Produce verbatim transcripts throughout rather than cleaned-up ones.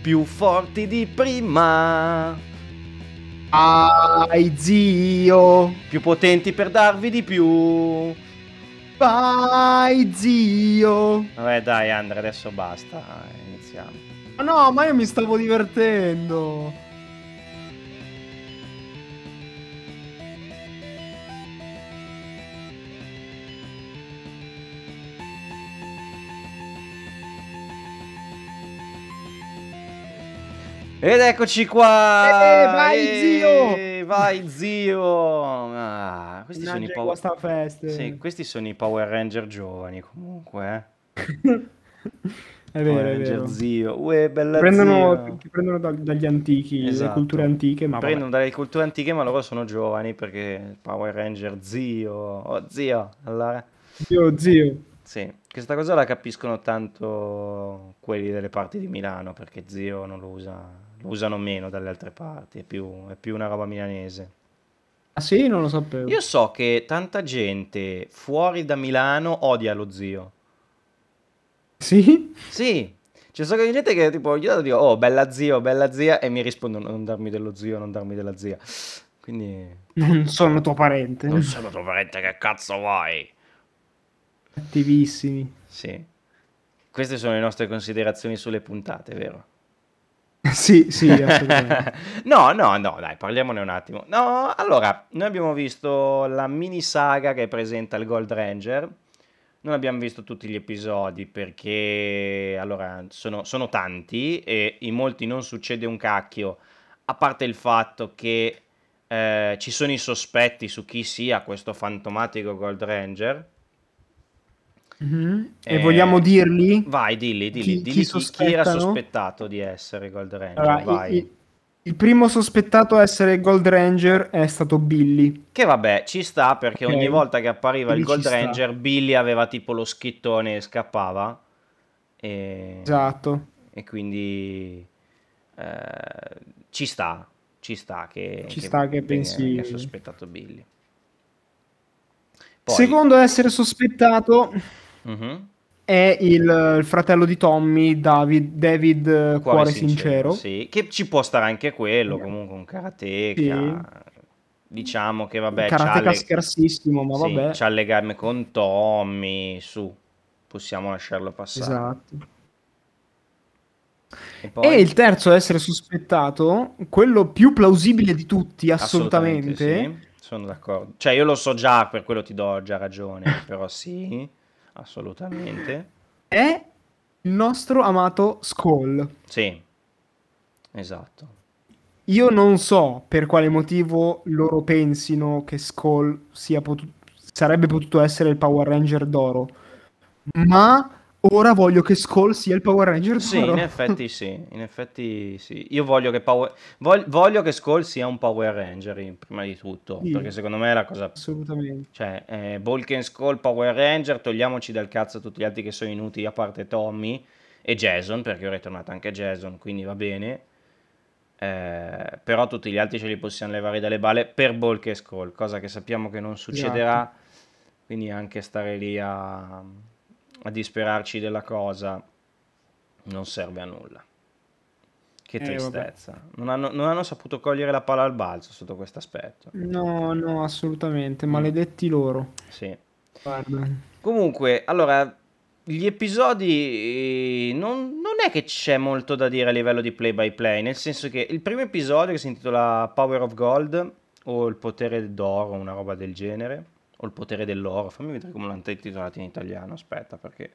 più forti di prima, Vai zio, più potenti per darvi di più. vai zio. Vabbè dai Andrea, adesso basta, iniziamo. Ma no, ma io mi stavo divertendo. Ed eccoci qua! Eh, vai zio. Eh, vai zio! Ah, questi sono i Mannaggia Power... questa Sì, feste. questi sono i Power Ranger giovani comunque, eh. È Power vero, è Ranger vero. zio. Uè, Ti bella prendono, zio! ti prendono da- dagli antichi, dalle culture Esatto. antiche, ma vabbè. Prendono dalle culture antiche, ma loro sono giovani perché Power Ranger zio. Oh, zio! Allora... Zio, zio. Sì, questa cosa la capiscono tanto quelli delle parti di Milano, perché zio non lo usa, lo usano meno dalle altre parti, è più, è più una roba milanese. Ah sì, non lo sapevo. Io so che tanta gente fuori da Milano odia lo zio. Sì? Sì, c'è so che gente che tipo, io dico, oh, bella zio, bella zia, e mi rispondono, non darmi dello zio, non darmi della zia. Quindi, Non sono tuo parente. non sono tuo parente, che cazzo vuoi? Cattivissimi. Sì, queste sono le nostre considerazioni sulle puntate, vero? Sì, sì, assolutamente. No, no, no, dai, parliamone un attimo. No, allora, noi abbiamo visto la mini saga che presenta il Gold Ranger. Non abbiamo visto tutti gli episodi perché, allora, sono, sono tanti e in molti non succede un cacchio, a parte il fatto che eh, ci sono i sospetti su chi sia questo fantomatico Gold Ranger. Mhm. E vogliamo Eh, dirli? vai, dilli, dilli, Chi, chi dilli chi, chi era sospettano? sospettato di essere Gold Ranger, Allora, i- vai. i- il primo sospettato a essere Gold Ranger è stato Billy. Che vabbè, ci sta perché Ok? ogni volta che appariva il Quindi ci Gold sta. Ranger, Billy aveva tipo lo schittone e scappava. E, Esatto. e quindi eh, ci sta, ci sta che, Ci che sta che venga, venga pensi. sospettato Billy. Poi, Secondo a essere sospettato mhm, è il, il fratello di Tommy, David, David eh, cuore Cuore sincero, Sincero. sì, che ci può stare anche quello, Eh, comunque un karateka. Sì, Diciamo che vabbè, c'ha karateka le, scarsissimo, ma sì, vabbè. c'ha il legame con Tommy, su, possiamo lasciarlo passare. Esatto. E E poi? il terzo a essere sospettato, quello più plausibile di tutti, Assolutamente assolutamente, sì, sono d'accordo. Cioè, io lo so già, per quello ti do già ragione, però sì, assolutamente. è il nostro amato Skull. Sì, esatto. Io non so per quale motivo loro pensino che Skull sia potu- sarebbe potuto essere il Power Ranger d'oro, ma ora voglio che Skull sia il Power Ranger Sì, in d'oro. effetti sì, in effetti sì. Io voglio che, Power... vog- voglio che Skull sia un Power Ranger, in- prima di tutto, perché Sì, secondo me è la cosa... assolutamente. Cioè, eh, Bulk and Skull, Power Ranger, togliamoci dal cazzo tutti gli altri che sono inutili, a parte Tommy e Jason, perché ora è tornato anche Jason, quindi va bene. Eh, però tutti gli altri ce li possiamo levare dalle balle per Bulk e Skull, cosa che sappiamo che non Esatto. succederà, quindi anche stare lì a, a disperarci della cosa non serve a nulla. Che Eh, vabbè. tristezza. Non hanno, non hanno saputo cogliere la palla al balzo sotto questo aspetto. No, no, assolutamente. Mm, Maledetti loro. sì. Guarda. Comunque, allora, gli episodi eh, non, non è che c'è molto da dire a livello di play by play, nel senso che il primo episodio che si intitola Power of Gold o il potere d'oro, una roba del genere, o il potere dell'oro, fammi vedere come l'hanno intitolato in italiano, aspetta, perché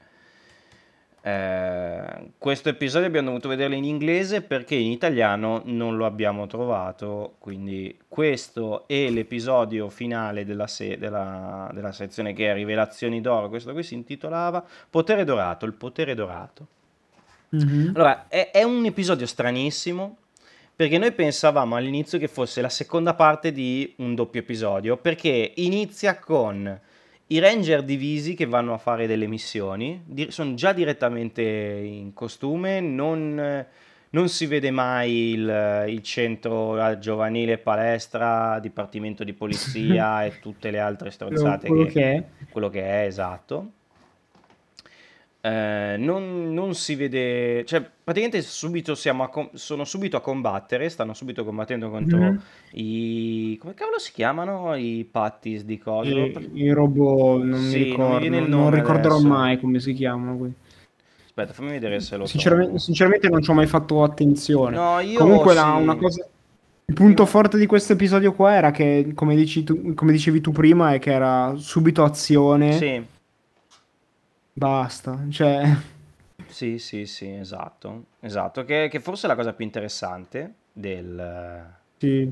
eh, questo episodio abbiamo dovuto vederlo in inglese perché in italiano non lo abbiamo trovato, quindi questo è l'episodio finale della, se- della- della sezione che è Rivelazioni d'oro, questo qui si intitolava Potere dorato, il potere dorato. Mhm. Allora, è, è un episodio stranissimo perché noi pensavamo all'inizio che fosse la seconda parte di un doppio episodio, perché inizia con i ranger divisi che vanno a fare delle missioni, di- sono già direttamente in costume, non, non si vede mai il, il centro la giovanile, palestra, dipartimento di polizia e tutte le altre Quello, stronzate quello che che è. quello che è esatto. Eh, non, non si vede, cioè praticamente subito siamo a com- sono subito a combattere, stanno subito combattendo contro Mhm. i... come cavolo si chiamano? I pattis di coso? E i robot non mi Sì, non mi viene ricordo, il non nome ricorderò adesso. mai come si chiamano qui. Aspetta, fammi vedere se lo Sinceramente, trovo. sinceramente non ci ho mai fatto attenzione. No, io Comunque la- una sì. cosa... Il Dimmi. punto forte di questo episodio qua era che, come dici tu, come dicevi tu prima, è che era subito azione, Sì, basta. Cioè, sì, sì, sì, esatto. Esatto, che, che forse è la cosa più interessante del, sì.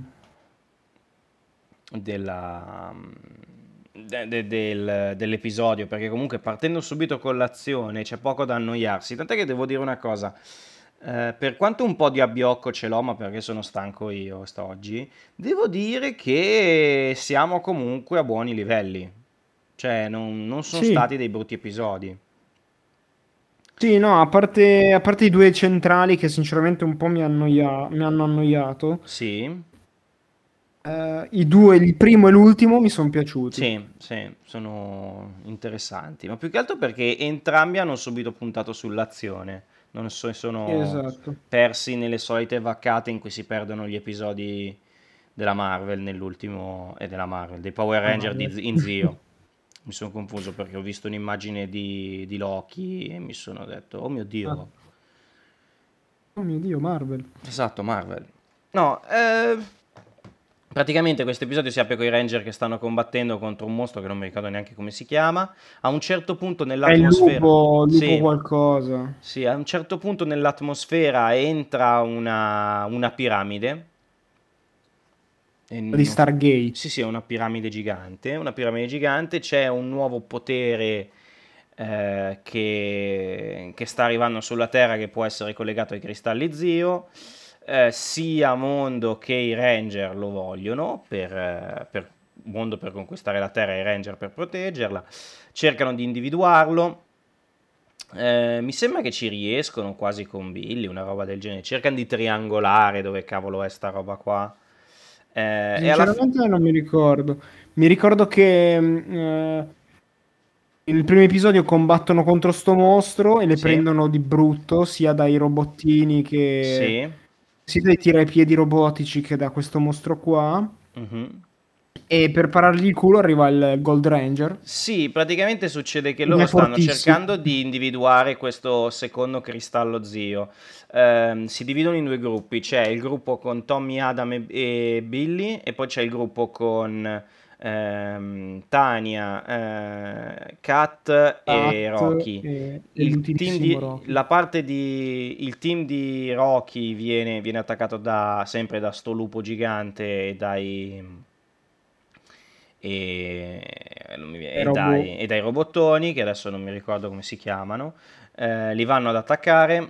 della, de- de- del- dell'episodio, perché comunque partendo subito con l'azione c'è poco da annoiarsi. Tant'è che devo dire una cosa, eh, per quanto un po' di abbiocco ce l'ho, ma perché sono stanco io st'oggi, devo dire che siamo comunque a buoni livelli. Cioè, non, non sono Sì, stati dei brutti episodi. sì, no, a parte, a parte i due centrali che sinceramente un po' mi annoia- mi hanno annoiato, Sì, eh, i due, il primo e l'ultimo, mi sono piaciuti. sì, sì, sono interessanti, ma più che altro perché entrambi hanno subito puntato sull'azione, non so, sono Esatto. persi nelle solite vaccate in cui si perdono gli episodi della Marvel nell'ultimo, e della Marvel, dei Power Ah, Ranger vabbè. di, in Zio. Mi sono confuso perché ho visto un'immagine di, di Loki e mi sono detto, oh mio Ah, Dio, oh mio Dio, Marvel. esatto, Marvel. No, eh, praticamente questo episodio si apre con i Ranger che stanno combattendo contro un mostro che non mi ricordo neanche come si chiama. A un certo punto È il nell'atmosfera, lupo, lupo sì, qualcosa. sì, a un certo punto nell'atmosfera entra una, una piramide. E Di non so- Stargate. sì, sì, è una piramide gigante. Una piramide gigante, c'è un nuovo potere eh, che, che sta arrivando sulla Terra che può essere collegato ai cristalli Zio. Eh, sia Mondo che i Ranger lo vogliono per, eh, per Mondo per conquistare la Terra e i Ranger per proteggerla. Cercano di individuarlo. Eh, mi sembra che ci riescono quasi con Billy, una roba del genere. Cercano di triangolare dove cavolo è sta roba qua. Eh, e alla fine. Sinceramente non mi ricordo. Mi ricordo che mh, eh, nel primo episodio combattono contro sto mostro e le Sì, prendono di brutto, sia dai robottini che... sì, sia dai tirapiedi robotici che da questo mostro qua. mhm. E per parargli il culo arriva il Gold Ranger. Sì, praticamente succede che Ed loro è stanno fortissimo. cercando di individuare questo secondo cristallo zio. Ehm, si dividono in due gruppi, c'è il gruppo con Tommy, Adam e, e Billy e poi c'è il gruppo con ehm, Tania, eh, Kat e Cat Rocky. e, e Il team l'utilissimo di, Rocky. la parte di, il team di Rocky viene, viene attaccato da, sempre da sto lupo gigante e dai e, non mi viene- E e robot. dai, e dai robottoni, che adesso non mi ricordo come si chiamano, eh, li vanno ad attaccare,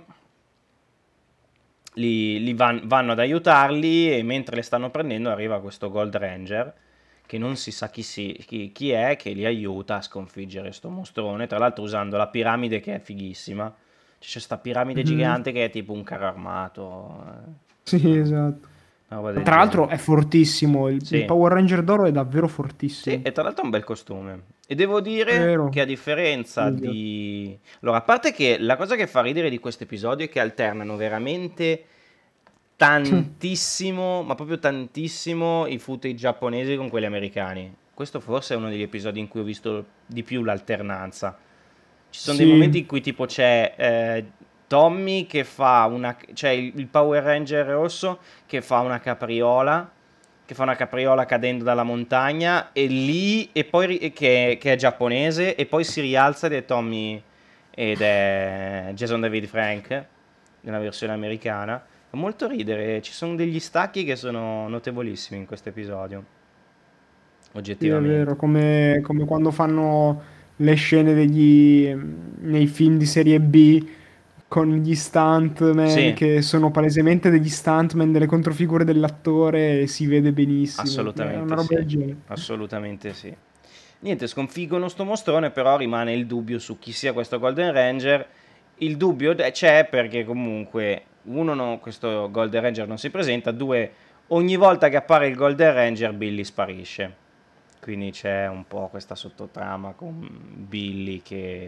li, li van- vanno ad aiutarli e mentre le stanno prendendo arriva questo Gold Ranger, che non si sa chi, si- chi- chi è, che li aiuta a sconfiggere sto mostrone, tra l'altro usando la piramide che è fighissima. C'è questa piramide Mhm. gigante che è tipo un carro armato, eh, Sì, una esatto. una roba del Tra l'altro genere. è fortissimo. Il, il Sì. Power Ranger d'oro è davvero Sì, fortissimo. e tra l'altro è un bel costume. E devo È dire che vero. a differenza Sì, sì. di... Allora, a parte che la cosa che fa ridere di questo episodio è che alternano veramente tantissimo, ma proprio tantissimo, i footage giapponesi con quelli americani. Questo forse è uno degli episodi in cui ho visto di più l'alternanza. Ci sono dei Sì. momenti in cui tipo c'è eh, Tommy che fa una... cioè il, il Power Ranger rosso che fa una capriola, che fa una capriola cadendo dalla montagna e lì, e poi ri- che, che è giapponese e poi si rialza ed è Tommy ed è Jason David Frank nella versione americana. Fa molto ridere, ci sono degli stacchi che sono notevolissimi in questo episodio, Sì, è oggettivamente. vero, come, come quando fanno le scene degli, nei film di serie B con gli stuntman Sì, che sono palesemente degli stuntman, delle controfigure dell'attore e si vede benissimo. È una assolutamente roba sì, del genere. assolutamente sì. Niente, sconfiggono sto mostrone, però rimane il dubbio su chi sia questo Golden Ranger. Il dubbio de- c'è perché comunque, uno, no, questo Golden Ranger non si presenta, due, ogni volta che appare il Golden Ranger Billy sparisce. Quindi c'è un po' questa sottotrama con Billy che,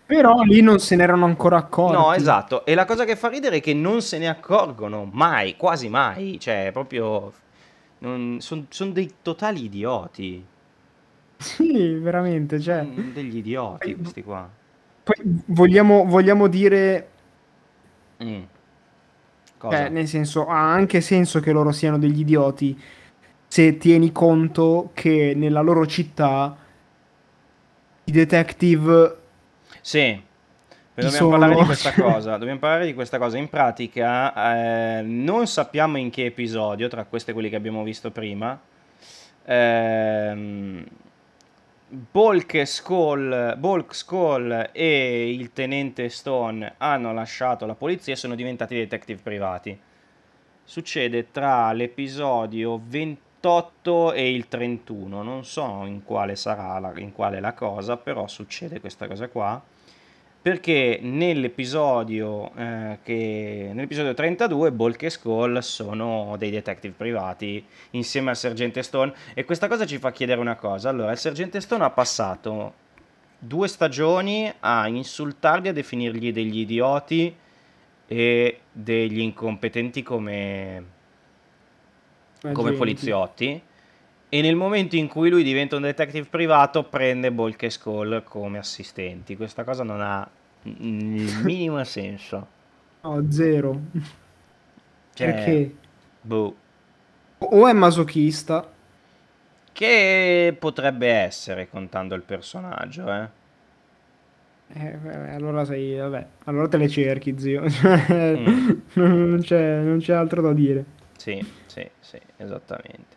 Però lì non se n'erano ancora No, accorti. esatto. E la cosa che fa ridere è che non se ne accorgono mai, quasi mai. Cioè, proprio. Sono dei totali idioti. Sì, veramente, cioè. Sono degli idioti Poi, questi qua. poi vogliamo, vogliamo dire, Mm. cioè, Cosa? nel senso, ha anche senso che loro siano degli idioti se tieni conto che nella loro città i detective Sì, ci dobbiamo parlare di sono. questa Cioè. cosa. Dobbiamo parlare di questa cosa. In pratica, eh, non sappiamo in che episodio, tra questi e quelli che abbiamo visto prima, ehm, Bulk e Skull, Bulk, Skull e il tenente Stone hanno lasciato la polizia e sono diventati detective privati. Succede tra l'episodio ventotto e il trentuno, non so in quale sarà la, in quale la cosa, però succede questa cosa qua. Perché nell'episodio, eh, che, nell'episodio trentadue Bulk e Skull sono dei detective privati insieme al sergente Stone, e questa cosa ci fa chiedere una cosa. Allora, il sergente Stone ha passato due stagioni a insultarli, a definirgli degli idioti e degli incompetenti come, come Agenti. poliziotti. E nel momento in cui lui diventa un detective privato, prende Bulk e Skull come assistenti. Questa cosa non ha il minimo senso. No, zero. Cioè, Perché boh. o è masochista. Che potrebbe essere contando il personaggio, eh? Eh, vabbè, allora sei, vabbè, allora te le cerchi, zio. Cioè, Mm, non c'è, non c'è altro da dire. sì, sì, sì, esattamente.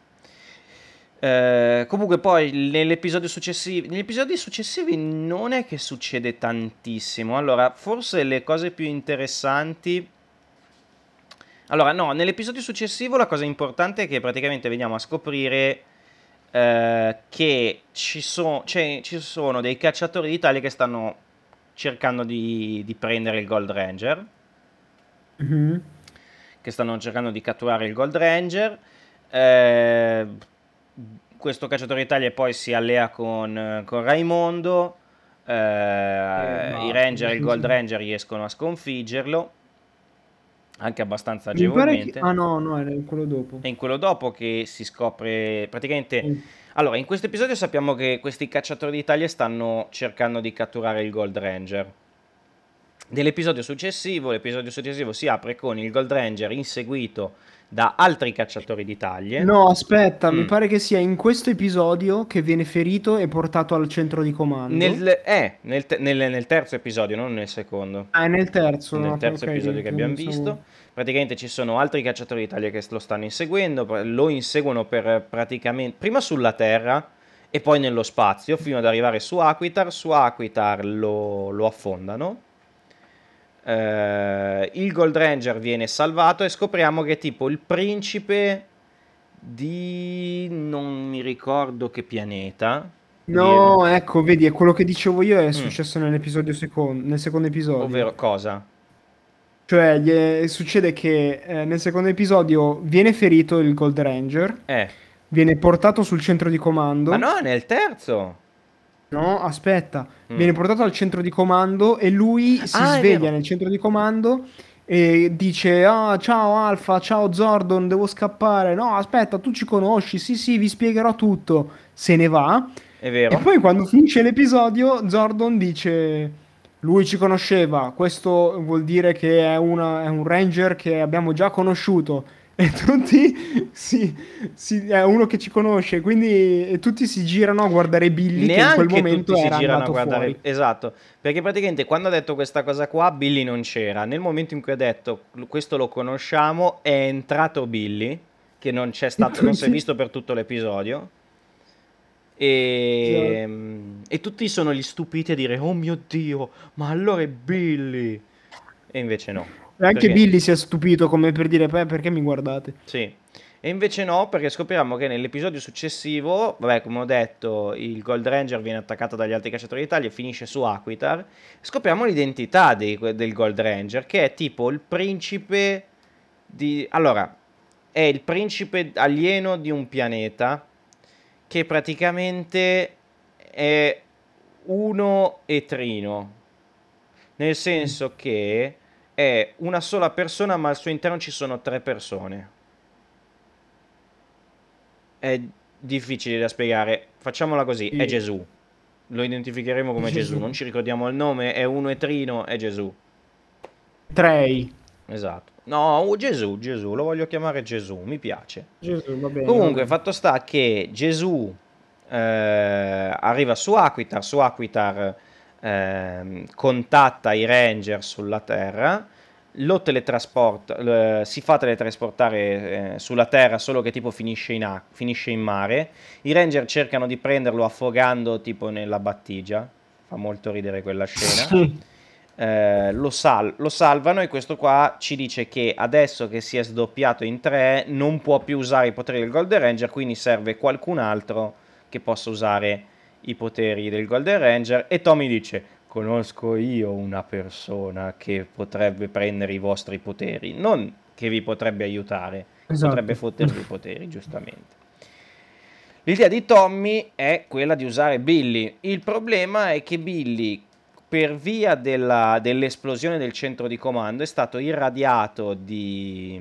Eh, comunque poi nell'episodio successivo, negli episodi successivi non è che succede tantissimo. Allora, forse le cose più interessanti. Allora, no, nell'episodio successivo la cosa importante è che praticamente veniamo a scoprire eh, che ci, so- cioè, ci sono dei cacciatori d'Italia che stanno cercando di, di prendere il Gold Ranger, Mhm. che stanno cercando di catturare il Gold Ranger. Eh, Questo cacciatore d'Italia poi si allea con, con Raimondo. E Eh, i basta, Ranger nel e il Gold senso. Ranger riescono a sconfiggerlo anche abbastanza Mi pare che. agevolmente. Ah no, no, era quello dopo. È in quello dopo che si scopre praticamente. Sì. Allora, in questo episodio sappiamo che questi cacciatori d'Italia stanno cercando di catturare il Gold Ranger. Nell'episodio successivo, l'episodio successivo si apre con il Gold Ranger inseguito da altri cacciatori d'Italia. No, aspetta, mi Mm. pare che sia in questo episodio che viene ferito e portato al centro di comando. Nel, eh, nel, te- nel- nel terzo episodio, non nel secondo. Ah, è nel terzo, Nel no? terzo Ok, episodio che abbiamo pensavo. visto, praticamente ci sono altri cacciatori d'Italia che lo stanno inseguendo, pr- lo inseguono per praticamente prima sulla Terra e poi nello spazio fino ad arrivare su Aquitar. Su Aquitar lo, lo affondano. Eh, il Gold Ranger viene salvato e scopriamo che è tipo il principe di non mi ricordo che pianeta. Di... No, ecco, vedi, è quello che dicevo io è Mm, successo nell'episodio secondo, nel secondo episodio. ovvero cosa? Cioè, gli è- succede che eh, nel secondo episodio viene ferito il Gold Ranger, Eh, viene portato sul centro di ma comando. no, è nel terzo. No, aspetta, Mm. viene portato al centro di comando e lui si Ah, è sveglia vero. nel centro di comando e dice: Ah, ciao Alpha, ciao Zordon, devo scappare. No, aspetta, tu ci conosci? Sì, sì, vi spiegherò tutto. Se ne va. È E vero. poi quando finisce l'episodio, Zordon dice: Lui ci conosceva, questo vuol dire che è, una- è un Ranger che abbiamo già conosciuto. E tutti si, si- è uno che ci conosce, quindi e tutti si girano a guardare Billy che in quel Neanche tutti momento si era girano a andato guardare. fuori. Esatto, perché praticamente quando ha detto questa cosa qua, Billy non c'era. Nel momento in cui ha detto questo lo conosciamo, è entrato Billy, che non c'è E stato, non si è tutti, visto per tutto l'episodio. esatto. E, e tutti sono gli stupiti a dire: Oh mio Dio, ma allora è Billy. E invece no. E anche Perché Billy si è stupito come per dire: "Beh, perché mi guardate?" sì. E invece no, perché scopriamo che nell'episodio successivo, vabbè, come ho detto, il Gold Ranger viene attaccato dagli altri cacciatori d'Italia e finisce su Aquitar. Scopriamo l'identità dei- del Gold Ranger, che è tipo il principe di... Allora, è il principe alieno di un pianeta che praticamente è uno e trino. nel senso che è una sola persona ma al suo interno ci sono tre persone. È difficile da spiegare, facciamola così, è Sì, Gesù. Lo identificheremo come Gesù, non Gesù. ci ricordiamo il nome, è uno e trino, è Gesù. Trei. Esatto. No, Gesù, Gesù, lo voglio chiamare Gesù, mi piace. Gesù, va bene, va Comunque, bene. fatto sta che Gesù eh, arriva su Aquitar, su Aquitar ehm, contatta i Ranger sulla Terra, lo teletrasporta, l- si fa teletrasportare eh, sulla Terra, solo che tipo finisce in, ac- finisce in mare. I Ranger cercano di prenderlo affogando tipo nella battigia, fa molto ridere quella scena. Sì. Eh, lo, sal- lo salvano e questo qua ci dice che adesso che si è sdoppiato in tre non può più usare i poteri del Golden Ranger, quindi serve qualcun altro che possa usare i poteri del Golden Ranger e Tommy dice conosco io una persona che potrebbe prendere i vostri poteri, non che vi potrebbe aiutare, potrebbe Esatto. fottervi i poteri, giustamente. L'idea di Tommy è quella di usare Billy. Il problema è che Billy, per via della- dell'esplosione del centro di comando, è stato irradiato di,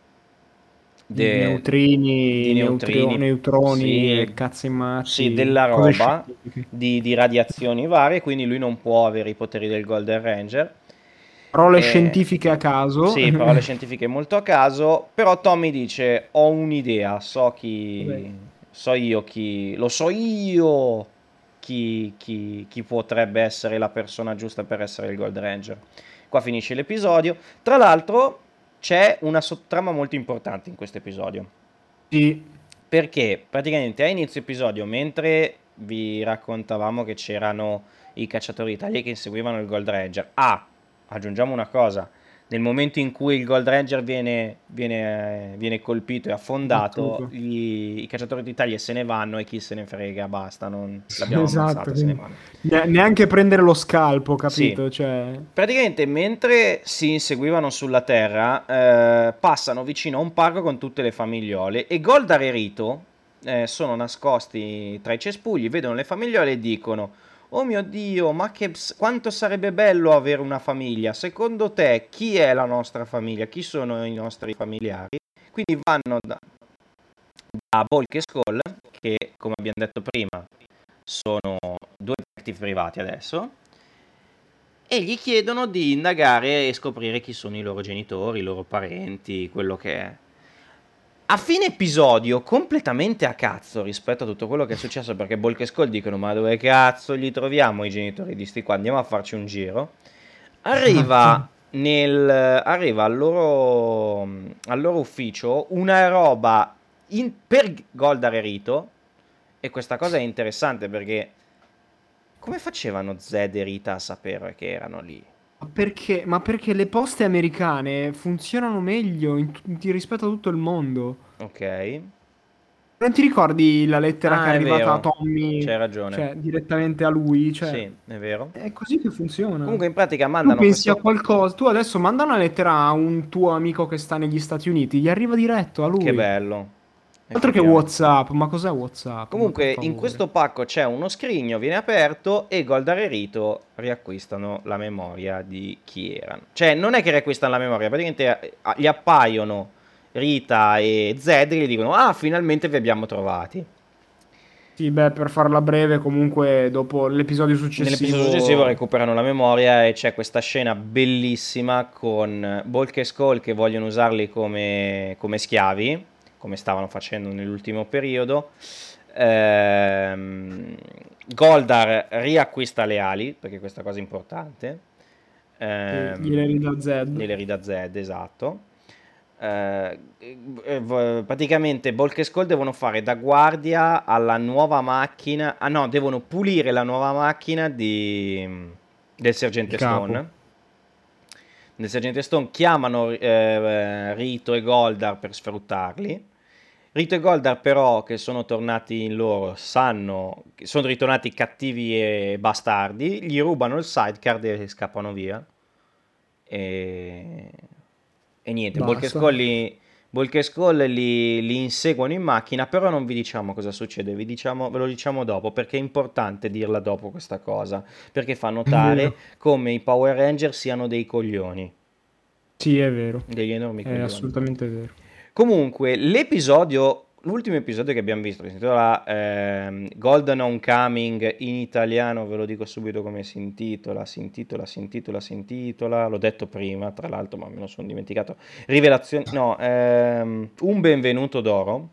Di de- di neutrini, neutro- neutrini, neutroni sì, e cazzi e sì, mazzi, della cose roba, scientifiche. di, di radiazioni varie, quindi lui non può avere i poteri del Golden Ranger. Parole Eh, scientifiche a caso. sì, parole scientifiche molto a caso, però Tommy dice, ho un'idea, so Vabbè. chi, so io chi, lo so io chi, chi, chi potrebbe essere la persona giusta per essere il Gold Ranger. Qua finisce l'episodio. Tra l'altro c'è una sottrama molto importante in questo episodio. Sì, Perché praticamente a inizio episodio, mentre vi raccontavamo che c'erano i cacciatori d'Italia che inseguivano il Gold Ranger, ah, aggiungiamo una cosa, nel momento in cui il Gold Ranger viene, viene, viene colpito e affondato, battuto. gli- i cacciatori d'Italia se ne vanno e chi se ne frega, basta, non, l'abbiamo Esatto, ammazzato e se ne quindi vanno. ne- neanche prendere lo scalpo, Sì, capito? Cioè, praticamente mentre si inseguivano sulla Terra, eh, passano vicino a un parco con tutte le famigliole e Goldar e Rito eh, sono nascosti tra i cespugli, vedono le famigliole e dicono: Oh mio Dio, ma che, quanto sarebbe bello avere una famiglia! Secondo te chi è la nostra famiglia? Chi sono i nostri familiari? Quindi vanno da, da Bulk e Skull, che come abbiamo detto prima sono due detective privati adesso, e gli chiedono di indagare e scoprire chi sono i loro genitori, i loro parenti, quello che è. A fine episodio, completamente a cazzo rispetto a tutto quello che è successo, perché Bulk e Skull dicono: Ma dove cazzo li troviamo i genitori di sti qua? Andiamo a farci un giro. esatto. Arriva, nel, arriva al, loro, al loro ufficio una roba in- per Goldar e Rito. E questa cosa è interessante perché come facevano Zed e Rita a sapere che erano lì? Ma perché, ma perché le poste americane funzionano meglio in tu- in- rispetto a tutto il mondo? Ok. Non ti ricordi la lettera che è Ah, è arrivata a vero. Tommy, C'hai ragione. cioè direttamente a lui? Cioè, Sì, è vero. è così che funziona. Comunque in pratica Tu mandano pensi a questo... qualcosa, tu adesso manda una lettera a un tuo amico che sta negli Stati Uniti, gli arriva diretto a Che lui. bello. Altro che Effettivamente. WhatsApp, ma cos'è WhatsApp? Ma per Comunque in favore. questo pacco c'è uno scrigno, viene aperto e Goldar e Rito riacquistano la memoria di chi erano. Cioè non è che riacquistano la memoria, praticamente eh, gli appaiono Rita e Zed e gli dicono: Ah, finalmente vi abbiamo trovati. Sì, beh, per farla breve, comunque dopo l'episodio Nell'episodio successivo successivo. recuperano la memoria e c'è questa scena bellissima con Bulk e Skull che vogliono usarli come, come schiavi, come stavano facendo nell'ultimo periodo. Ehm, Goldar riacquista le ali, perché questa cosa è importante. Sì, gliele Ehm, ridà Zed. gliele ridà Zed, esatto. Eh, eh, v- praticamente Bulk e Skull devono fare da guardia alla nuova macchina. Ah no, devono pulire la nuova macchina di, del Il sergente capo. Stone. Del sergente Stone chiamano eh, Rito e Goldar per sfruttarli. Rito e Goldar però, che sono tornati in loro, sanno che sono ritornati cattivi e bastardi, gli rubano il sidecar e scappano via. E, e niente, Bulk e Basta. Scully Bulk e Skull li, li inseguono in macchina, però non vi diciamo cosa succede, vi diciamo, ve lo diciamo dopo, perché è importante dirla dopo questa cosa, perché fa È vero. notare come i Power Ranger siano dei coglioni, Sì, è vero. degli enormi È coglioni. assolutamente vero. Comunque, l'episodio, l'ultimo episodio che abbiamo visto, che si intitola ehm, Golden Homecoming, in italiano ve lo dico subito come si intitola, si intitola, si intitola, si intitola, l'ho detto prima, tra l'altro, ma me lo sono dimenticato. Rivelazione, no, ehm, Un benvenuto d'oro.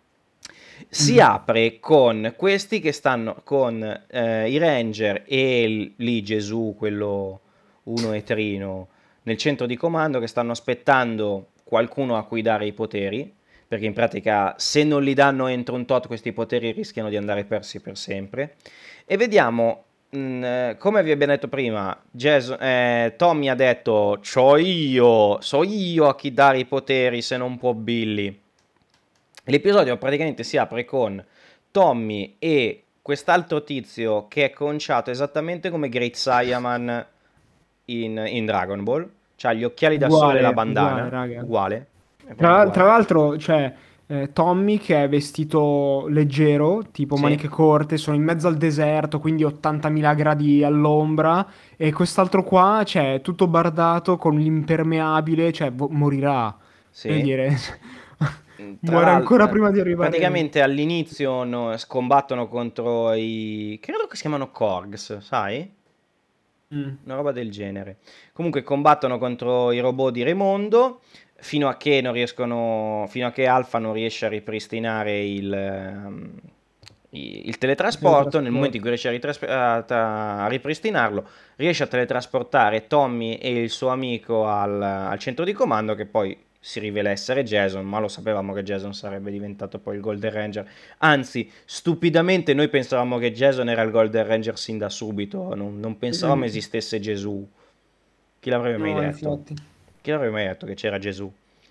Si Mhm. apre con questi che stanno con eh, i Ranger e l- lì Gesù, quello uno e Trino, nel centro di comando che stanno aspettando qualcuno a cui dare i poteri, perché in pratica se non li danno entro un tot questi poteri rischiano di andare persi per sempre. E vediamo, mh, eh, come vi abbiamo detto prima, Jason- eh, Tommy ha detto, c'ho io, so io a chi dare i poteri se non può Billy. L'episodio praticamente si apre con Tommy e quest'altro tizio che è conciato esattamente come Great Saiyaman in, in Dragon Ball. C'ha gli occhiali da sole e la Uguale, uguale, bandana, raga. uguale, è proprio Tra, tra uguale. l'altro, c'è eh, Tommy che è vestito leggero, tipo Sì, maniche corte, sono in mezzo al deserto, quindi ottantamila gradi all'ombra, e quest'altro qua, c'è tutto bardato con l'impermeabile, cioè vo- morirà. Voglio sì. dire, Mm, Tra muore ancora l'altro, prima di arrivare... praticamente all'inizio no- scombattono contro i... credo che si chiamano Korgs, sai? Mm, Una roba del genere. Comunque combattono contro i robot di Raimondo fino a che non riescono, fino a che Alpha non riesce a ripristinare il, ehm, i- il il teletrasporto. Nel momento in teletrasporto. cui riesce a, ritras- a- a ripristinarlo, riesce a teletrasportare Tommy e il suo amico al, al centro di comando, che poi si rivela essere Jason, ma lo sapevamo che Jason sarebbe diventato poi il Golden Ranger. Anzi, stupidamente noi pensavamo che Jason era il Golden Ranger sin da subito, non, non pensavamo Mm, esistesse Gesù. Chi l'avrebbe mai no, detto? infatti. Chi l'avrebbe mai detto che c'era Gesù?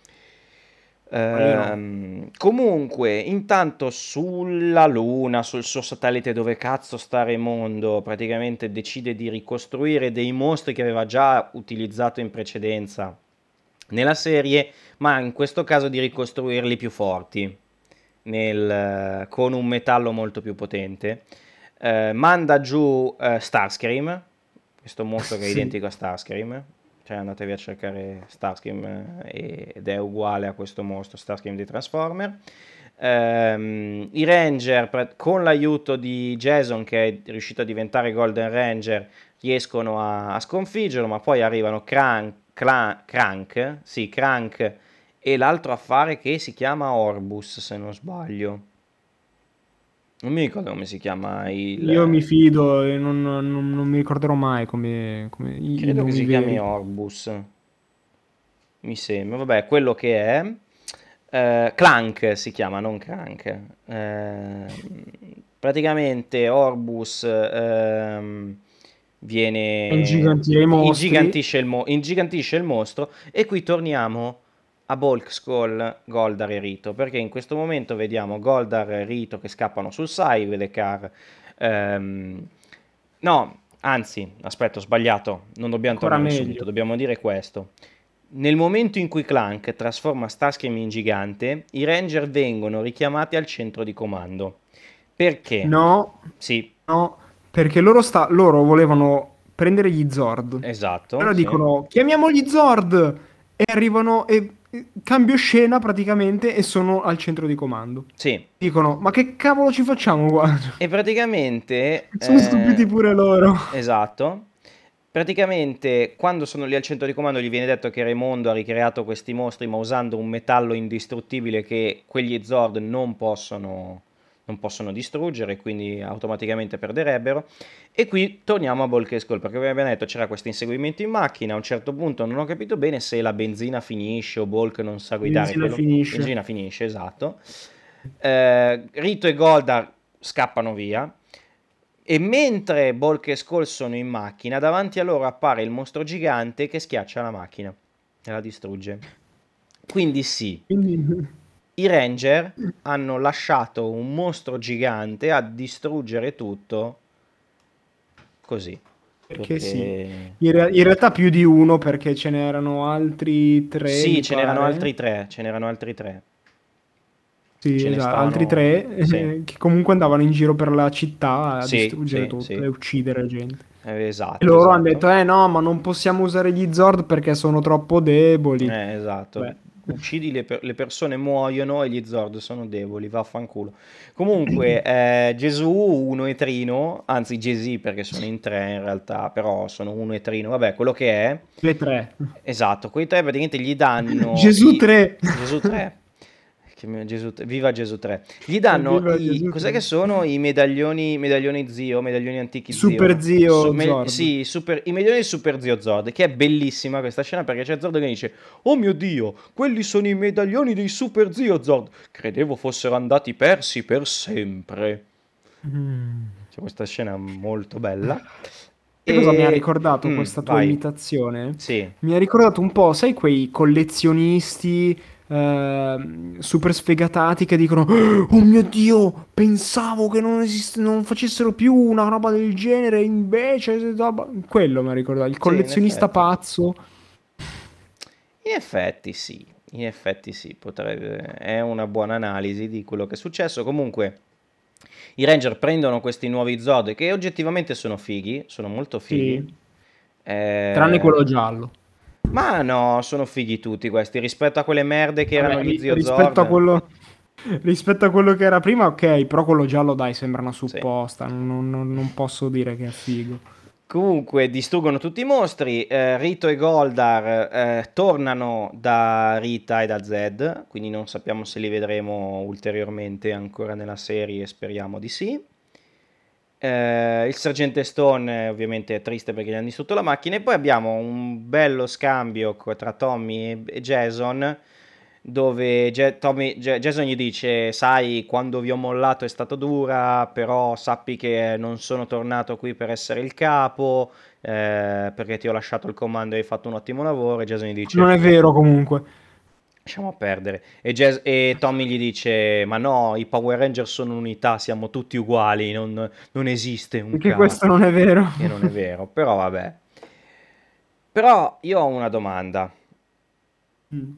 Ma io no. Ehm, comunque, intanto sulla Luna, sul suo satellite dove cazzo sta Raimondo, praticamente decide di ricostruire dei mostri che aveva già utilizzato in precedenza nella serie, ma in questo caso di ricostruirli più forti, nel- con un metallo molto più potente. Eh, manda giù eh, Starscream, questo mostro che è Sì. identico a Starscream, cioè andatevi a cercare Starscream eh, ed è uguale a questo mostro, Starscream di Transformer. Ehm, I Ranger, pre- con l'aiuto di Jason, che è riuscito a diventare Golden Ranger, riescono a, a sconfiggerlo, ma poi arrivano Crank, Cla- Crank, sì, Crank e l'altro affare che si chiama Orbus, se non sbaglio. Non mi ricordo come si chiama Io mi il... fido e non, non- non mi ricorderò mai come, come i, i Credo che nomi si chiami veri. Orbus, mi sembra. Vabbè, quello che è... eh, Clank si chiama, non Crank. Ehm, praticamente Orbus ehm, viene... Ingigantire i mostri. Ingigantisce il, mo- ingigantisce il mostro e qui torniamo a Bulk, Skull, Goldar e Rito, perché in questo momento vediamo Goldar e Rito che scappano sul Cybercar. Ehm, no, anzi, aspetta, ho sbagliato, non dobbiamo Ancora tornare subito, meglio. dobbiamo dire questo. Nel momento in cui Clank trasforma Starscream in gigante, i Ranger vengono richiamati al centro di comando. Perché? No, Sì, no, perché loro, sta, loro volevano prendere gli Zord. esatto, Allora sì. dicono, chiamiamo gli Zord! E arrivano e e cambio scena praticamente e sono al centro di comando. Sì, Dicono, ma che cavolo ci facciamo qua? e praticamente, Sono stupidi eh, pure loro. esatto, praticamente quando sono lì al centro di comando gli viene detto che Raimondo ha ricreato questi mostri ma usando un metallo indistruttibile che quegli Zord non possono, non possono distruggere, quindi automaticamente perderebbero. E qui torniamo a Bulk e Skull, perché come abbiamo detto c'era questo inseguimento in macchina, a un certo punto non ho capito bene se la benzina finisce o Bulk non sa guidare Benzina quello. finisce. Benzina finisce, esatto. Eh, Rito e Goldar scappano via. E mentre Bulk e Skull sono in macchina, davanti a loro appare il mostro gigante che schiaccia la macchina e la distrugge. Quindi sì, Quindi, i Ranger hanno lasciato un mostro gigante a distruggere tutto così. Perché sì. perché In, rea- in realtà più di uno, perché ce n'erano altri tre, sì, mi ce n'erano pare. altri tre, ce n'erano altri tre. Sì, Ce ne esatto, altri stavano, tre sì, eh, che comunque andavano in giro per la città a sì, distruggere sì, tutto sì, e uccidere gente. Eh, E esatto, loro hanno detto, esatto. eh no, ma non possiamo usare gli Zord perché sono troppo deboli. Eh, esatto, Beh. uccidi le, per- le persone muoiono e gli Zord sono deboli, vaffanculo. Comunque, eh, Gesù, Uno e Trino, anzi Gesì perché sono in tre in realtà, però sono Uno e Trino, vabbè, quello che è. Le tre. Esatto, quei tre praticamente gli danno Gesù i... tre. Gesù tre. Che mi- Gesù, viva Gesù tre. Gli danno Evviva i... Gesù Cos'è tre. che sono? I medaglioni, medaglioni zio, medaglioni antichi Super zio. Su- zio me- Zord. sì, super- i medaglioni di Super Zio Zord, che è bellissima questa scena perché c'è Zord che dice: Oh mio Dio, quelli sono i medaglioni dei Super Zio Zord. Credevo fossero andati persi per sempre. Mm. C'è questa scena molto bella. Sai cosa mi ha E... ricordato mm, questa tua vai. imitazione? Sì. Mi ha ricordato un po', sai, quei collezionisti ehm, super sfegatati che dicono: Oh mio Dio, pensavo che non esiste, non facessero più una roba del genere, invece. Quello mi ha ricordato, il Sì, in collezionista effetti. pazzo. In effetti sì, in effetti sì, potrebbe, è una buona analisi di quello che è successo. Comunque, i Ranger prendono questi nuovi Zod che oggettivamente sono fighi, sono molto fighi. Sì, tranne Eh, quello giallo. ma no, sono fighi tutti questi, rispetto a quelle merde che Vabbè, erano gli ri- Zio rispetto a Zord. quello, rispetto a quello che era prima, ok, però quello giallo, dai, sembra una Sì. supposta. Non, non- non posso dire che è figo. Comunque distruggono tutti i mostri, eh, Rito e Goldar eh, tornano da Rita e da Zed, quindi non sappiamo se li vedremo ulteriormente ancora nella serie, speriamo di sì. Eh, il sergente Stone eh, ovviamente è triste perché gli hanno distrutto la macchina e poi abbiamo un bello scambio co- tra Tommy e, e Jason dove Ja- Tommy- Ja- Jason gli dice sai quando vi ho mollato è stato dura però sappi che non sono tornato qui per essere il capo eh, perché ti ho lasciato il comando e hai fatto un ottimo lavoro e Jason gli Non dice è vero comunque. lasciamo perdere. E, Jas- e Tommy gli dice: Ma no, i Power Ranger sono unità, siamo tutti uguali, non, non esiste un Perché questo capo. non è vero. Che non è vero, però vabbè. Però io ho una domanda. Mm.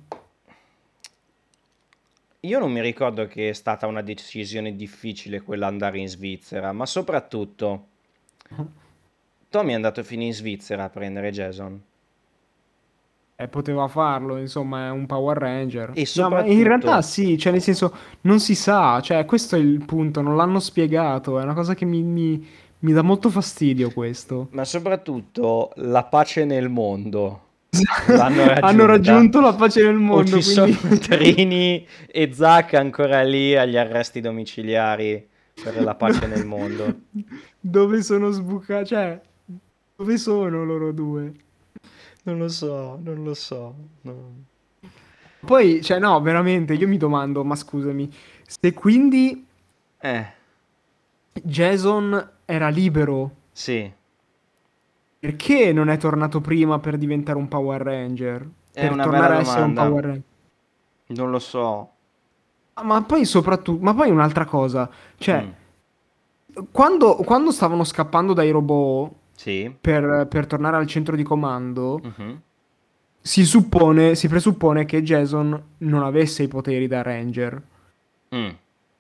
Io non mi ricordo che è stata una decisione difficile quella andare in Svizzera, ma soprattutto Tommy è andato fino in Svizzera a prendere Jason. Eh, poteva farlo, insomma, è un Power Ranger. E No, ma in realtà soprattutto, sì, cioè nel senso, non si sa, cioè questo è il punto, non l'hanno spiegato, è una cosa che mi, mi- mi dà molto fastidio questo. ma soprattutto la pace nel mondo. L'hanno Hanno raggiunta? raggiunto la pace nel O ci mondo, sono quindi Trini e Zack ancora lì agli arresti domiciliari per la pace nel mondo? dove sono sbucati? Cioè, dove sono loro due? Non lo so, non lo so. no. Poi, cioè, no, veramente, io mi domando, ma scusami, se quindi Eh, Jason era libero, sì, perché non è tornato prima per diventare un Power Ranger? è Per una bella tornare a essere un domanda. Power Ranger? Non lo so. Ah, ma poi soprattutto, ma poi un'altra cosa, cioè, Mm, quando, quando stavano scappando dai robot sì. per, per tornare al centro di comando, Mhm. si suppone, si presuppone che Jason non avesse i poteri da Ranger. Mm,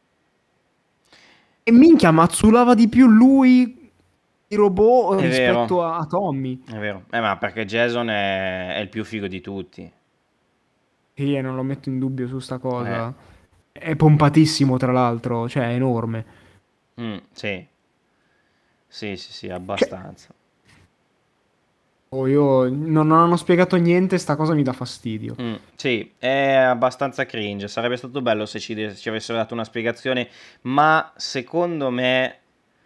E minchia, mazzulava di più lui i robot è vero, rispetto a, a Tommy. è vero. Eh, ma perché Jason è, è il più figo di tutti. Sì, e non lo metto in dubbio su sta Eh, cosa. È pompatissimo, tra l'altro, cioè è enorme. mm, sì, sì, sì, sì, Cioè, abbastanza. oh, io non, non hanno spiegato niente, sta cosa mi dà fastidio. Mm, sì, è abbastanza cringe. Sarebbe stato bello se ci, de- ci avessero dato una spiegazione, ma secondo me,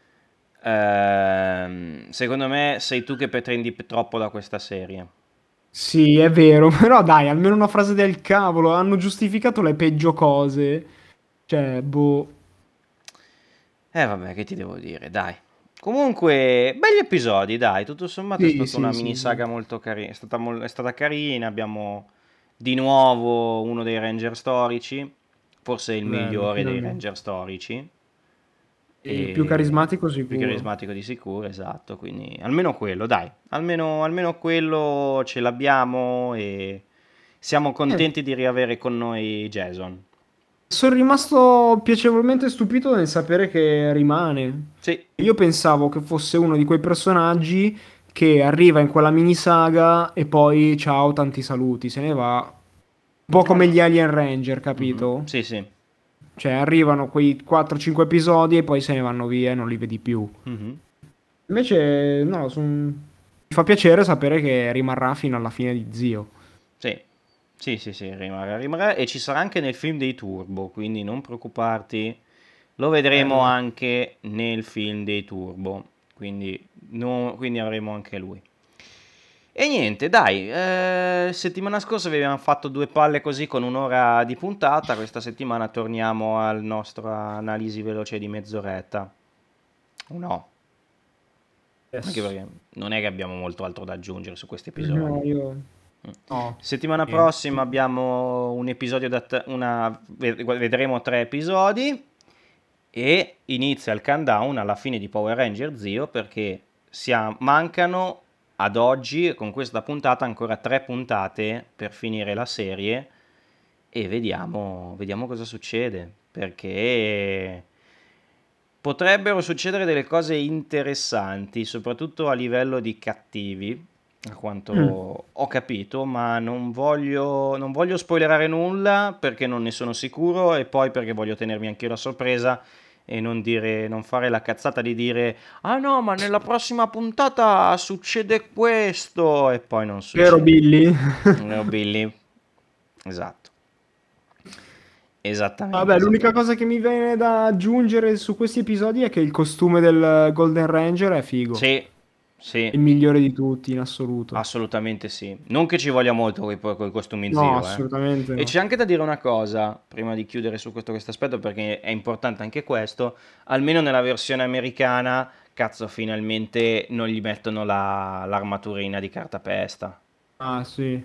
ehm, secondo me sei tu che pretendi p- troppo da questa serie. Sì, è vero, però dai, almeno una frase del cavolo, hanno giustificato le peggio cose. Cioè, boh. Eh, vabbè, che ti devo dire, dai. Comunque, begli episodi, dai. Tutto sommato è Sì, stata una sì, mini sì, sì. saga molto carina. È stata, mol- è stata carina. Abbiamo di nuovo uno dei Ranger storici, forse il Bello, migliore dei finalmente. Ranger storici. Il più e carismatico più sicuro. carismatico di sicuro, esatto, quindi almeno quello, dai, almeno, almeno quello ce l'abbiamo e siamo Eh, contenti di riavere con noi Jason. sono rimasto piacevolmente stupito nel sapere che rimane. Sì. Io pensavo che fosse uno di quei personaggi che arriva in quella mini saga e poi ciao, tanti saluti, se ne va. Un po' No, come no. gli Alien Ranger, Mhm. capito? Sì, sì. Cioè arrivano quei quattro cinque episodi e poi se ne vanno via e non li vedi più. Mhm. Invece, no, son- mi fa piacere sapere che rimarrà fino alla fine di Zio. Sì, sì, sì, sì, rimarrà, rimarrà e ci sarà anche nel film dei Turbo, quindi non preoccuparti, lo vedremo Bella. anche nel film dei Turbo, quindi, no- quindi avremo anche lui. E niente, dai, eh, settimana scorsa vi abbiamo fatto due palle così con un'ora di puntata, questa settimana torniamo al nostro analisi veloce di mezz'oretta. O no? Anche Yes. perché non è che abbiamo molto altro da aggiungere su questi No, episodi. io... Mm. No, Settimana niente. prossima abbiamo un episodio da t- una ved- vedremo tre episodi e inizia il countdown alla fine di Power Ranger Zio perché sia- mancano ad oggi con questa puntata ancora tre puntate per finire la serie e vediamo, vediamo cosa succede perché potrebbero succedere delle cose interessanti, soprattutto a livello di cattivi, a Mm. quanto ho capito, ma non voglio, non voglio spoilerare nulla perché non ne sono sicuro e poi perché voglio tenermi anch'io la sorpresa e non dire, non fare la cazzata di dire ah no, ma nella prossima puntata succede questo e poi non Vero, succede. Billy? No, Billy. Esatto. Esattamente, Vabbè, l'unica esattamente. cosa che mi viene da aggiungere su questi episodi è che il costume del Golden Ranger è figo. Sì, È sì. il migliore di tutti, in assoluto. Assolutamente sì. Non che ci voglia molto con i, con i costumi No, Zio, eh. assolutamente E no. c'è anche da dire una cosa, prima di chiudere su questo, questo aspetto, perché è importante anche questo, almeno nella versione americana, cazzo, finalmente non gli mettono la- l'armaturina di cartapesta. Ah, sì.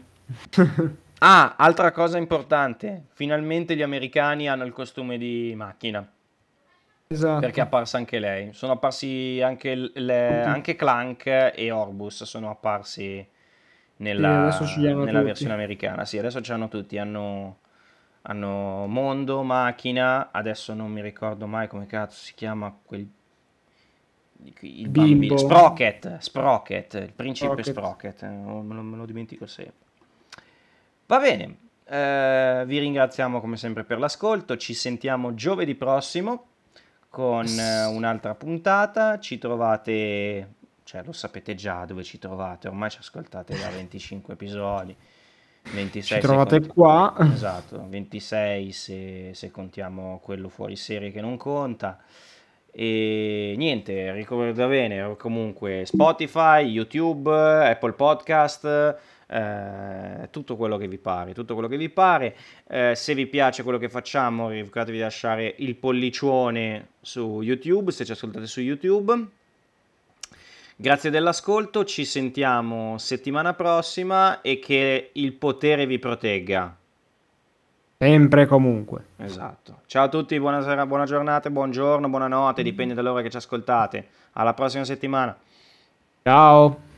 Ah, altra cosa importante, finalmente gli americani hanno il costume di macchina, perché è Esatto. apparsa anche lei. Sono apparsi anche, l- le- Tutti. anche Clank e Orbus, sono apparsi Sì, adesso ci nella, hanno nella tutti. versione americana. Sì, adesso c'hanno tutti, hanno, hanno Mondo, Macchina, adesso non mi ricordo mai come cazzo si chiama quel, il bambino, Bimbo. Sprocket, Sprocket, il principe Rocket. Sprocket, eh, me lo, me lo dimentico sempre. Va bene, eh, vi ringraziamo come sempre per l'ascolto, ci sentiamo giovedì prossimo con eh, Yes. un'altra puntata, ci trovate, cioè lo sapete già dove ci trovate, ormai ci ascoltate da venticinque episodi, Ci ventisei se trovate conti- qua. esatto, ventisei se, se contiamo quello fuori serie che non conta. E niente, ricorda bene, comunque Spotify, YouTube, Apple Podcast, eh, tutto quello che vi pare, tutto quello che vi pare. Eh, se vi piace quello che facciamo, ricordatevi di lasciare il pollicione su YouTube, se ci ascoltate su YouTube. Grazie dell'ascolto, ci sentiamo settimana prossima e che il potere vi protegga. Sempre e comunque. Esatto. Ciao a tutti, buonasera, buona giornata, buongiorno, buonanotte, dipende dall'ora che ci ascoltate. Alla prossima settimana. Ciao.